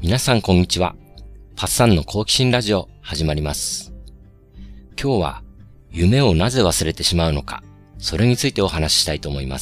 皆さんこんにちは。パッサンの好奇心ラジオ始まります。今日は夢をなぜ忘れてしまうのか、それについてお話ししたいと思います。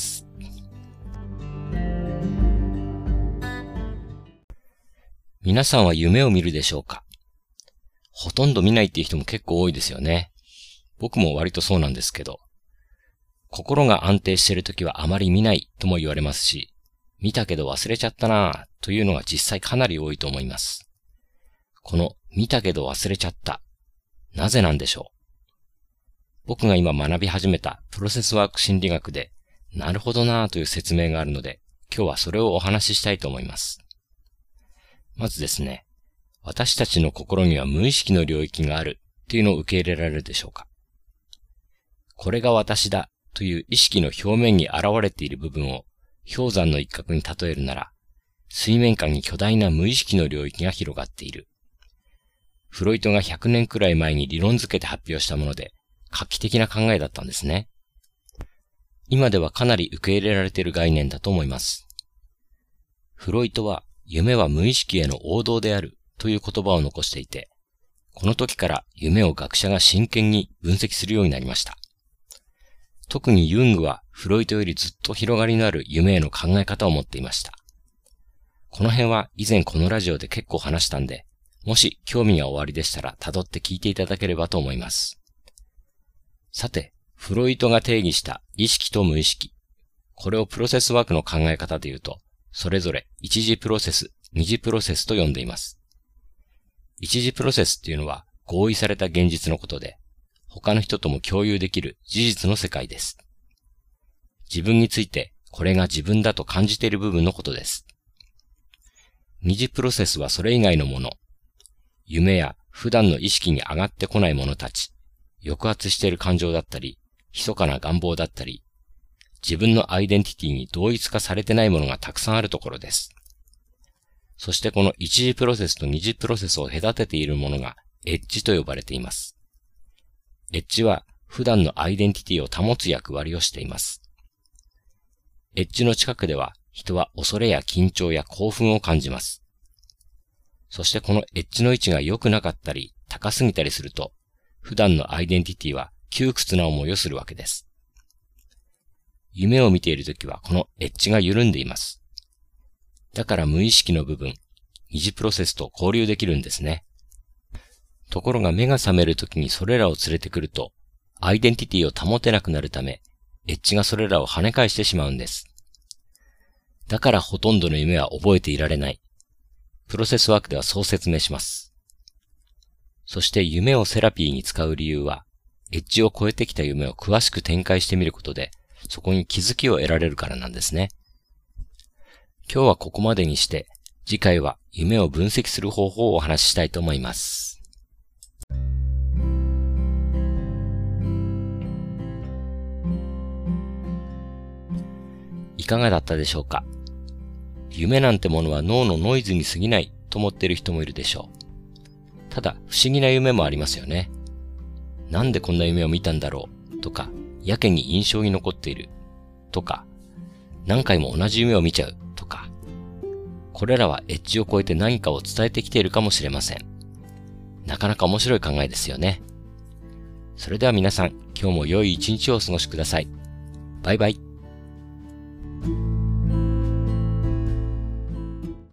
皆さんは夢を見るでしょうか？ほとんど見ないっていう人も結構多いですよね。僕も割とそうなんですけど、心が安定しているときはあまり見ないとも言われますし、見たけど忘れちゃったなぁというのが実際かなり多いと思います。この見たけど忘れちゃった。なぜなんでしょう？僕が今学び始めたプロセスワーク心理学で、なるほどなぁという説明があるので、今日はそれをお話ししたいと思います。まずですね、私たちの心には無意識の領域があるというのを受け入れられるでしょうか？これが私だという意識の表面に現れている部分を氷山の一角に例えるなら、水面下に巨大な無意識の領域が広がっている。フロイトが100年くらい前に理論付けて発表したもので、画期的な考えだったんですね。今ではかなり受け入れられている概念だと思います。フロイトは夢は無意識への王道であるという言葉を残していて、この時から夢を学者が真剣に分析するようになりました。特にユングはフロイトよりずっと広がりのある夢への考え方を持っていました。この辺は以前このラジオで結構話したんで、もし興味がおありでしたら辿って聞いていただければと思います。さて、フロイトが定義した意識と無意識。これをプロセスワークの考え方で言うと、それぞれ一次プロセス、二次プロセスと呼んでいます。一次プロセスっていうのは合意された現実のことで、他の人とも共有できる事実の世界です。自分についてこれが自分だと感じている部分のことです。二次プロセスはそれ以外のもの。夢や普段の意識に上がってこないものたち、抑圧している感情だったり、密かな願望だったり、自分のアイデンティティに同一化されてないものがたくさんあるところです。そしてこの一次プロセスと二次プロセスを隔てているものがエッジと呼ばれています。エッジは普段のアイデンティティを保つ役割をしています。エッジの近くでは人は恐れや緊張や興奮を感じます。そしてこのエッジの位置が良くなかったり高すぎたりすると、普段のアイデンティティは窮屈な思いをするわけです。夢を見ているときはこのエッジが緩んでいます。だから無意識の部分、二次プロセスと交流できるんですね。ところが目が覚めるときにそれらを連れてくると、アイデンティティを保てなくなるため、エッジがそれらを跳ね返してしまうんです。だからほとんどの夢は覚えていられない。プロセスワークではそう説明します。そして夢をセラピーに使う理由は、エッジを超えてきた夢を詳しく展開してみることで、そこに気づきを得られるからなんですね。今日はここまでにして、次回は夢を分析する方法をお話ししたいと思います。いかがだったでしょうか？夢なんてものは脳のノイズに過ぎないと思っている人もいるでしょう。ただ不思議な夢もありますよね。なんでこんな夢を見たんだろうとか、やけに印象に残っているとか、何回も同じ夢を見ちゃうとか、これらはエッジを超えて何かを伝えてきているかもしれません。なかなか面白い考えですよね。それでは皆さん、今日も良い一日をお過ごしください。バイバイ。